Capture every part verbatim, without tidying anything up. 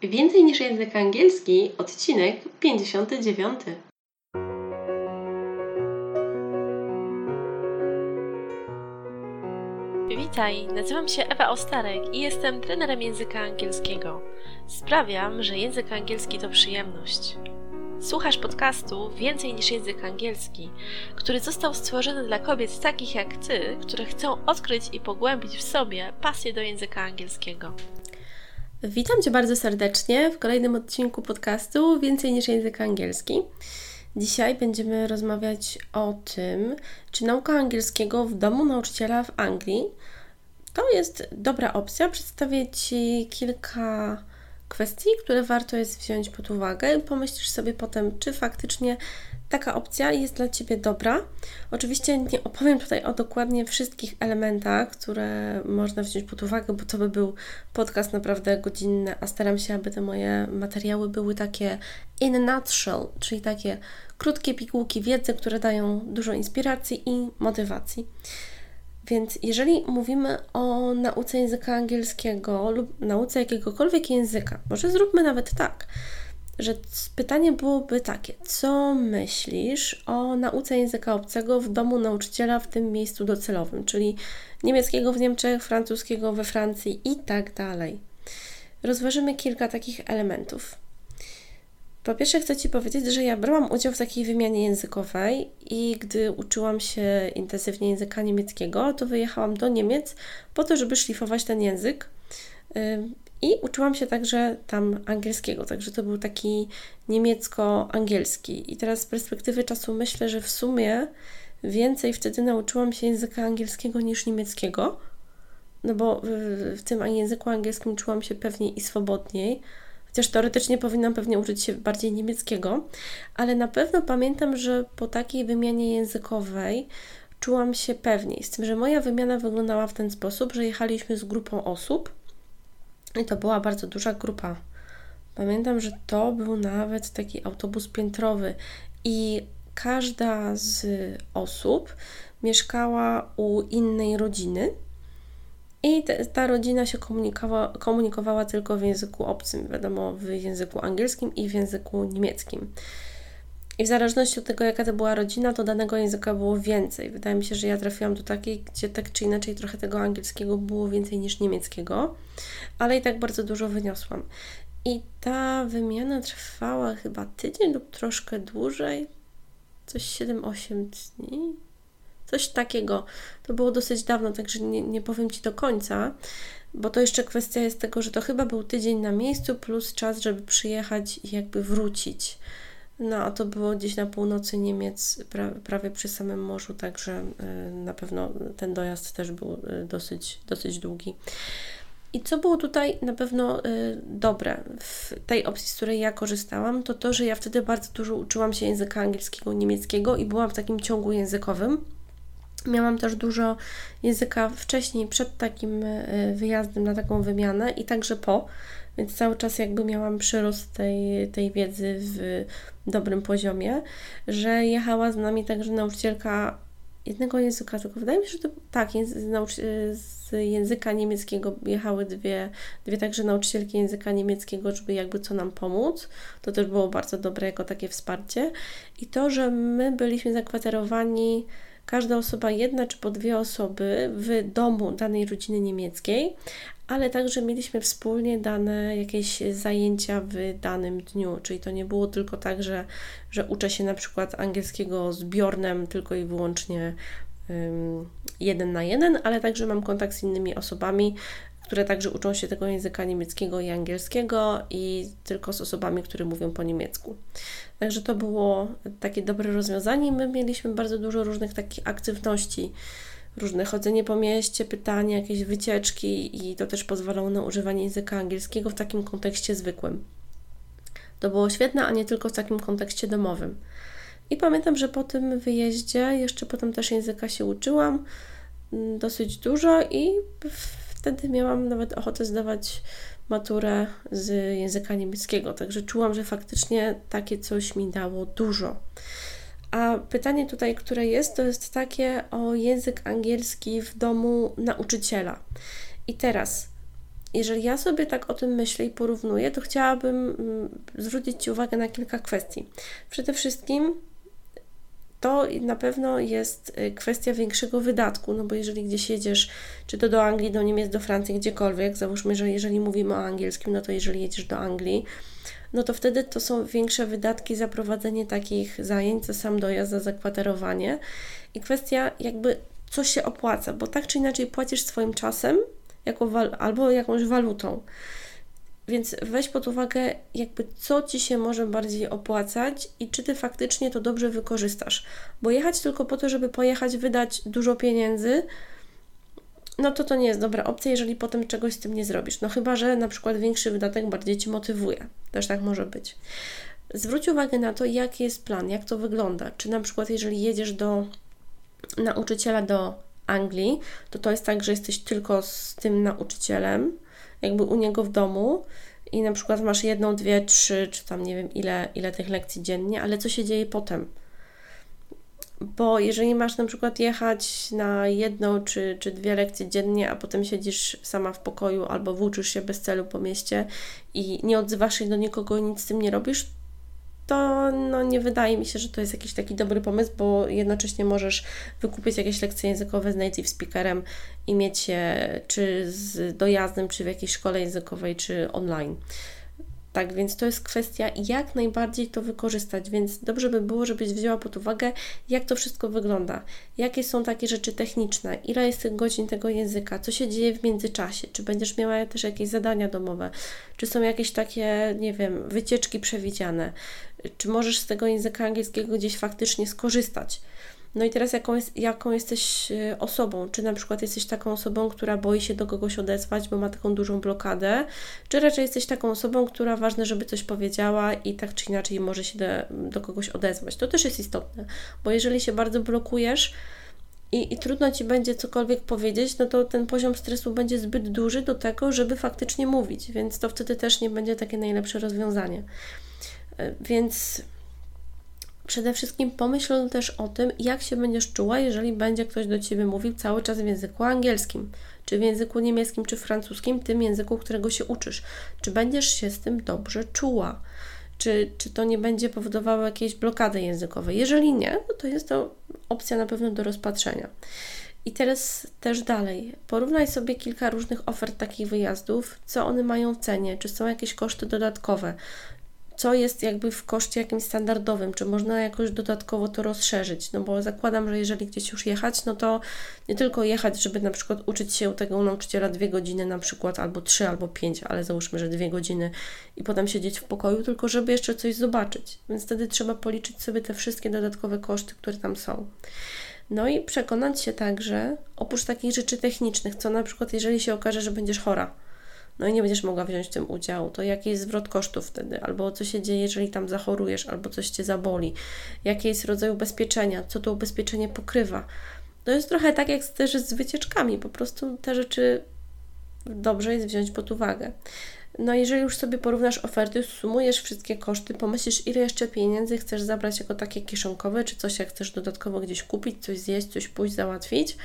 Więcej niż język angielski, odcinek pięćdziesiąty dziewiąty. Witaj, nazywam się Ewa Ostarek i jestem trenerem języka angielskiego. Sprawiam, że język angielski to przyjemność. Słuchasz podcastu Więcej niż język angielski, który został stworzony dla kobiet takich jak Ty, które chcą odkryć i pogłębić w sobie pasję do języka angielskiego. Witam Cię bardzo serdecznie w kolejnym odcinku podcastu Więcej niż język angielski. Dzisiaj będziemy rozmawiać o tym, czy nauka angielskiego w domu nauczyciela w Anglii to jest dobra opcja. Przedstawię Ci kilka kwestii, które warto jest wziąć pod uwagę i pomyślisz sobie potem, czy faktycznie taka opcja jest dla Ciebie dobra. Oczywiście nie opowiem tutaj o dokładnie wszystkich elementach, które można wziąć pod uwagę, bo to by był podcast naprawdę godzinny, a staram się, aby te moje materiały były takie in a nutshell, czyli takie krótkie pigułki wiedzy, które dają dużo inspiracji i motywacji. Więc jeżeli mówimy o nauce języka angielskiego lub nauce jakiegokolwiek języka, może zróbmy nawet tak, że pytanie byłoby takie: co myślisz o nauce języka obcego w domu nauczyciela w tym miejscu docelowym, czyli niemieckiego w Niemczech, francuskiego we Francji i tak dalej. Rozważymy kilka takich elementów. Po pierwsze chcę Ci powiedzieć, że ja brałam udział w takiej wymianie językowej i gdy uczyłam się intensywnie języka niemieckiego, to wyjechałam do Niemiec po to, żeby szlifować ten język i uczyłam się także tam angielskiego, także to był taki niemiecko-angielski. I teraz z perspektywy czasu myślę, że w sumie więcej wtedy nauczyłam się języka angielskiego niż niemieckiego, no bo w, w tym języku angielskim czułam się pewniej i swobodniej. Chociaż teoretycznie powinnam pewnie uczyć się bardziej niemieckiego, ale na pewno pamiętam, że po takiej wymianie językowej czułam się pewniej. Z tym, że moja wymiana wyglądała w ten sposób, że jechaliśmy z grupą osób i to była bardzo duża grupa. Pamiętam, że to był nawet taki autobus piętrowy i każda z osób mieszkała u innej rodziny. I te, ta rodzina się komunikowała, komunikowała tylko w języku obcym, wiadomo, w języku angielskim i w języku niemieckim. I w zależności od tego, jaka to była rodzina, to danego języka było więcej. Wydaje mi się, że ja trafiłam do takiej, gdzie tak czy inaczej trochę tego angielskiego było więcej niż niemieckiego, ale i tak bardzo dużo wyniosłam. I ta wymiana trwała chyba tydzień lub troszkę dłużej, coś siedem osiem dni. Coś takiego. To było dosyć dawno, także nie, nie powiem Ci do końca, bo to jeszcze kwestia jest tego, że to chyba był tydzień na miejscu plus czas, żeby przyjechać i jakby wrócić. No a to było gdzieś na północy Niemiec, pra, prawie przy samym morzu, także y, na pewno ten dojazd też był y, dosyć, dosyć długi. I co było tutaj na pewno y, dobre w tej opcji, z której ja korzystałam, to to, że ja wtedy bardzo dużo uczyłam się języka angielskiego, niemieckiego i byłam w takim ciągu językowym. Miałam też dużo języka wcześniej, przed takim wyjazdem na taką wymianę i także po, więc cały czas jakby miałam przyrost tej, tej wiedzy w dobrym poziomie, że jechała z nami także nauczycielka jednego języka, tylko wydaje mi się, że to tak, z języka niemieckiego jechały dwie, dwie także nauczycielki języka niemieckiego, żeby jakby co nam pomóc. To też było bardzo dobre jako takie wsparcie. I to, że my byliśmy zakwaterowani, każda osoba, jedna czy po dwie osoby w domu danej rodziny niemieckiej, ale także mieliśmy wspólnie dane jakieś zajęcia w danym dniu, czyli to nie było tylko tak, że, że uczę się na przykład angielskiego z Bjornem tylko i wyłącznie um, jeden na jeden, ale także mam kontakt z innymi osobami, które także uczą się tego języka niemieckiego i angielskiego i tylko z osobami, które mówią po niemiecku. Także to było takie dobre rozwiązanie. My mieliśmy bardzo dużo różnych takich aktywności, różne chodzenie po mieście, pytania, jakieś wycieczki i to też pozwalało na używanie języka angielskiego w takim kontekście zwykłym. To było świetne, a nie tylko w takim kontekście domowym. I pamiętam, że po tym wyjeździe jeszcze potem też języka się uczyłam dosyć dużo i wtedy miałam nawet ochotę zdawać maturę z języka niemieckiego, także czułam, że faktycznie takie coś mi dało dużo. A pytanie tutaj, które jest, to jest takie o język angielski w domu nauczyciela. I teraz jeżeli ja sobie tak o tym myślę i porównuję, to chciałabym zwrócić Ci uwagę na kilka kwestii. Przede wszystkim to na pewno jest kwestia większego wydatku, no bo jeżeli gdzieś jedziesz, czy to do Anglii, do Niemiec, do Francji, gdziekolwiek, załóżmy, że jeżeli mówimy o angielskim, no to jeżeli jedziesz do Anglii, no to wtedy to są większe wydatki za prowadzenie takich zajęć, za sam dojazd, za zakwaterowanie i kwestia jakby co się opłaca, bo tak czy inaczej płacisz swoim czasem jako wal- albo jakąś walutą. Więc weź pod uwagę jakby co Ci się może bardziej opłacać i czy Ty faktycznie to dobrze wykorzystasz. Bo jechać tylko po to, żeby pojechać, wydać dużo pieniędzy, no to to nie jest dobra opcja, jeżeli potem czegoś z tym nie zrobisz. No chyba, że na przykład większy wydatek bardziej Ci motywuje. Też tak może być. Zwróć uwagę na to, jaki jest plan, jak to wygląda. Czy na przykład jeżeli jedziesz do nauczyciela do Anglii, to to jest tak, że jesteś tylko z tym nauczycielem, jakby u niego w domu i na przykład masz jedną, dwie, trzy, czy tam nie wiem ile, ile tych lekcji dziennie, ale co się dzieje potem? Bo jeżeli masz na przykład jechać na jedną czy, czy dwie lekcje dziennie, a potem siedzisz sama w pokoju albo włóczysz się bez celu po mieście i nie odzywasz się do nikogo i nic z tym nie robisz, to no, nie wydaje mi się, że to jest jakiś taki dobry pomysł, bo jednocześnie możesz wykupić jakieś lekcje językowe z native speakerem i mieć je czy z dojazdem, czy w jakiejś szkole językowej, czy online. Tak, więc to jest kwestia, jak najbardziej to wykorzystać, więc dobrze by było, żebyś wzięła pod uwagę, jak to wszystko wygląda, jakie są takie rzeczy techniczne, ile jest tych godzin tego języka, co się dzieje w międzyczasie, czy będziesz miała też jakieś zadania domowe, czy są jakieś takie, nie wiem, wycieczki przewidziane, czy możesz z tego języka angielskiego gdzieś faktycznie skorzystać. No i teraz jaką, jest, jaką jesteś osobą? Czy na przykład jesteś taką osobą, która boi się do kogoś odezwać, bo ma taką dużą blokadę, czy raczej jesteś taką osobą, która ważne, żeby coś powiedziała i tak czy inaczej może się do, do kogoś odezwać. To też jest istotne, bo jeżeli się bardzo blokujesz i, i trudno Ci będzie cokolwiek powiedzieć, no to ten poziom stresu będzie zbyt duży do tego, żeby faktycznie mówić, więc to wtedy też nie będzie takie najlepsze rozwiązanie. Więc przede wszystkim pomyśl też o tym, jak się będziesz czuła, jeżeli będzie ktoś do Ciebie mówił cały czas w języku angielskim, czy w języku niemieckim, czy francuskim, tym języku, którego się uczysz. Czy będziesz się z tym dobrze czuła? Czy, czy to nie będzie powodowało jakiejś blokady językowej? Jeżeli nie, no to jest to opcja na pewno do rozpatrzenia. I teraz też dalej, porównaj sobie kilka różnych ofert takich wyjazdów, co one mają w cenie, czy są jakieś koszty dodatkowe, co jest jakby w koszcie jakimś standardowym, czy można jakoś dodatkowo to rozszerzyć, no bo zakładam, że jeżeli gdzieś już jechać, no to nie tylko jechać, żeby na przykład uczyć się u tego nauczyciela dwie godziny na przykład, albo trzy, albo pięć, ale załóżmy, że dwie godziny i potem siedzieć w pokoju, tylko żeby jeszcze coś zobaczyć, więc wtedy trzeba policzyć sobie te wszystkie dodatkowe koszty, które tam są. No i przekonać się także, oprócz takich rzeczy technicznych, co na przykład jeżeli się okaże, że będziesz chora, no i nie będziesz mogła wziąć w tym udziału, to jaki jest zwrot kosztów wtedy, albo co się dzieje, jeżeli tam zachorujesz, albo coś Cię zaboli, jakie jest rodzaj ubezpieczenia, co to ubezpieczenie pokrywa. To jest trochę tak jak też z wycieczkami, po prostu te rzeczy dobrze jest wziąć pod uwagę. No jeżeli już sobie porównasz oferty, sumujesz wszystkie koszty, pomyślisz, ile jeszcze pieniędzy chcesz zabrać jako takie kieszonkowe, czy coś jak chcesz dodatkowo gdzieś kupić, coś zjeść, coś pójść, załatwić.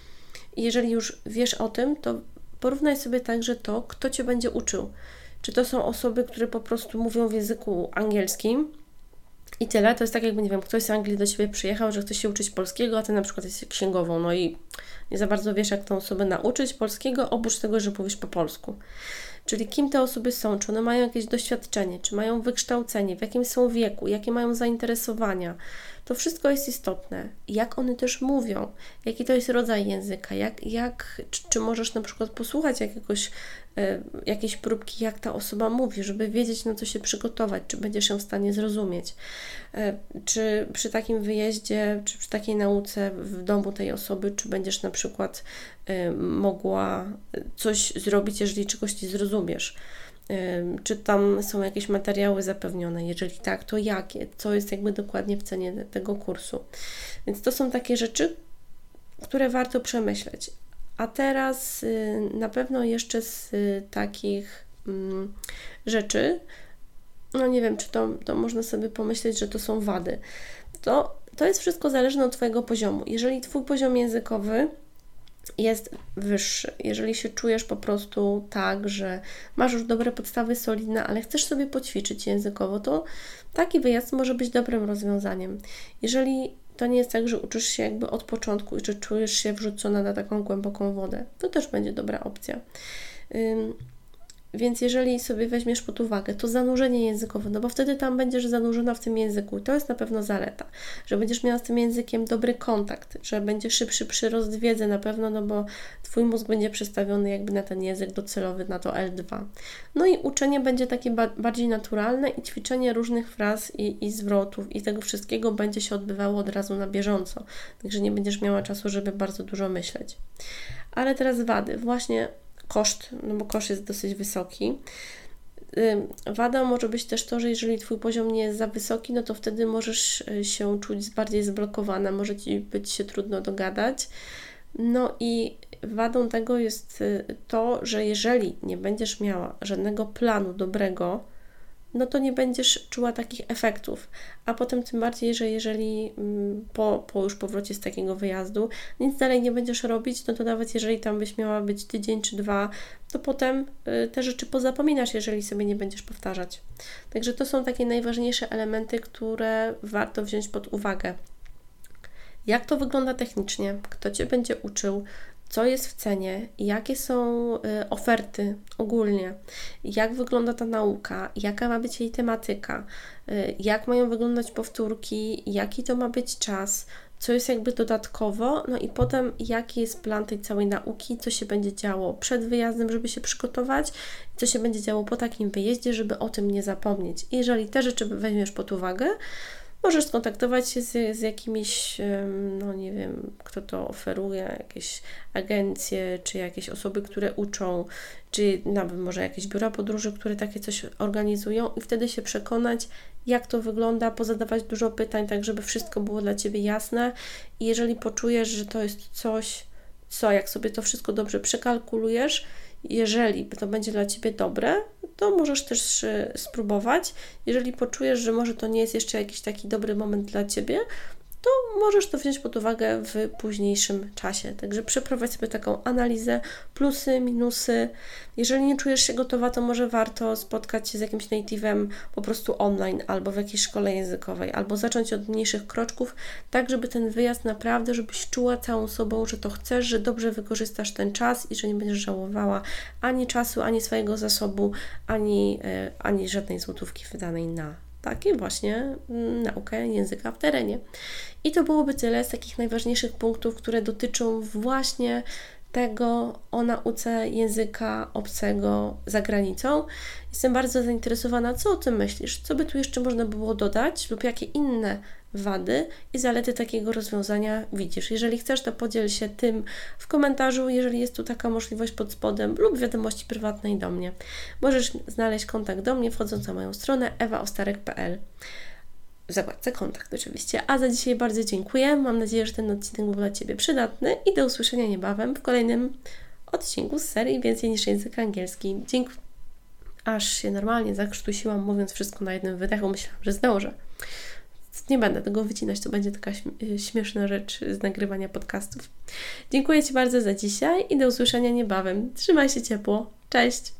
I jeżeli już wiesz o tym, to porównaj sobie także to, kto Cię będzie uczył. Czy to są osoby, które po prostu mówią w języku angielskim i tyle. To jest tak jakby, nie wiem, ktoś z Anglii do Ciebie przyjechał, że chce się uczyć polskiego, a Ty na przykład jesteś księgową, no i nie za bardzo wiesz, jak tę osobę nauczyć polskiego, oprócz tego, że mówisz po polsku. Czyli kim te osoby są, czy one mają jakieś doświadczenie, czy mają wykształcenie, w jakim są wieku, jakie mają zainteresowania. To wszystko jest istotne. Jak one też mówią, jaki to jest rodzaj języka, jak, jak, czy, czy możesz na przykład posłuchać jakiegoś, e, jakiejś próbki, jak ta osoba mówi, żeby wiedzieć, na co się przygotować, czy będziesz ją w stanie zrozumieć. E, czy przy takim wyjeździe, czy przy takiej nauce w domu tej osoby, czy będziesz na przykład e, mogła coś zrobić, jeżeli czegoś nie zrozumiesz. Czy tam są jakieś materiały zapewnione? Jeżeli tak, to jakie? Co jest jakby dokładnie w cenie tego kursu? Więc to są takie rzeczy, które warto przemyśleć. A teraz na pewno jeszcze z takich rzeczy, no nie wiem, czy to, to można sobie pomyśleć, że to są wady. To, to jest wszystko zależne od Twojego poziomu. Jeżeli Twój poziom językowy jest wyższy. Jeżeli się czujesz po prostu tak, że masz już dobre podstawy solidne, ale chcesz sobie poćwiczyć językowo, to taki wyjazd może być dobrym rozwiązaniem. Jeżeli to nie jest tak, że uczysz się jakby od początku i że czujesz się wrzucona na taką głęboką wodę, to też będzie dobra opcja. Ym, Więc jeżeli sobie weźmiesz pod uwagę to zanurzenie językowe, no bo wtedy tam będziesz zanurzona w tym języku, to jest na pewno zaleta, że będziesz miała z tym językiem dobry kontakt, że będzie szybszy przyrost wiedzy na pewno, no bo Twój mózg będzie przestawiony jakby na ten język docelowy, na to L dwa. No i uczenie będzie takie ba- bardziej naturalne i ćwiczenie różnych fraz i, i zwrotów i tego wszystkiego będzie się odbywało od razu na bieżąco, także nie będziesz miała czasu, żeby bardzo dużo myśleć. Ale teraz wady, właśnie koszt, no bo koszt jest dosyć wysoki. Wadą może być też to, że jeżeli Twój poziom nie jest za wysoki, no to wtedy możesz się czuć bardziej zblokowana, może Ci być się trudno dogadać. No i wadą tego jest to, że jeżeli nie będziesz miała żadnego planu dobrego, no to nie będziesz czuła takich efektów. A potem tym bardziej, że jeżeli po, po już powrocie z takiego wyjazdu nic dalej nie będziesz robić, no to nawet jeżeli tam byś miała być tydzień czy dwa, to potem te rzeczy pozapominasz, jeżeli sobie nie będziesz powtarzać. Także to są takie najważniejsze elementy, które warto wziąć pod uwagę. Jak to wygląda technicznie? Kto Cię będzie uczył? Co jest w cenie, jakie są y, oferty ogólnie, jak wygląda ta nauka, jaka ma być jej tematyka, y, jak mają wyglądać powtórki, jaki to ma być czas, co jest jakby dodatkowo, no i potem jaki jest plan tej całej nauki, co się będzie działo przed wyjazdem, żeby się przygotować, co się będzie działo po takim wyjeździe, żeby o tym nie zapomnieć. I jeżeli te rzeczy weźmiesz pod uwagę, możesz skontaktować się z, z jakimiś, no nie wiem, kto to oferuje, jakieś agencje, czy jakieś osoby, które uczą, czy nawet może jakieś biura podróży, które takie coś organizują i wtedy się przekonać, jak to wygląda, pozadawać dużo pytań, tak żeby wszystko było dla Ciebie jasne i jeżeli poczujesz, że to jest coś, co jak sobie to wszystko dobrze przekalkulujesz, jeżeli to będzie dla Ciebie dobre, to możesz też spróbować. Jeżeli poczujesz, że może to nie jest jeszcze jakiś taki dobry moment dla Ciebie, to możesz to wziąć pod uwagę w późniejszym czasie. Także przeprowadź sobie taką analizę, plusy, minusy. Jeżeli nie czujesz się gotowa, to może warto spotkać się z jakimś native'em po prostu online albo w jakiejś szkole językowej, albo zacząć od mniejszych kroczków, tak żeby ten wyjazd naprawdę, żebyś czuła całą sobą, że to chcesz, że dobrze wykorzystasz ten czas i że nie będziesz żałowała ani czasu, ani swojego zasobu, ani, yy, ani żadnej złotówki wydanej na takie właśnie naukę języka w terenie. I to byłoby tyle z takich najważniejszych punktów, które dotyczą właśnie tego o nauce języka obcego za granicą. Jestem bardzo zainteresowana, co o tym myślisz, co by tu jeszcze można było dodać lub jakie inne wady i zalety takiego rozwiązania widzisz. Jeżeli chcesz, to podziel się tym w komentarzu, jeżeli jest tu taka możliwość pod spodem lub wiadomości prywatnej do mnie. Możesz znaleźć kontakt do mnie wchodząc na moją stronę ewa ostarek kropka p l. W zakładce kontakt oczywiście. A za dzisiaj bardzo dziękuję. Mam nadzieję, że ten odcinek był dla Ciebie przydatny i do usłyszenia niebawem w kolejnym odcinku z serii Więcej niż język angielski. Dziękuję. Aż się normalnie zakrztusiłam, mówiąc wszystko na jednym wydechu. Myślałam, że zdążę. Nie będę tego wycinać, to będzie taka śmieszna rzecz z nagrywania podcastów. Dziękuję Ci bardzo za dzisiaj i do usłyszenia niebawem. Trzymaj się ciepło. Cześć!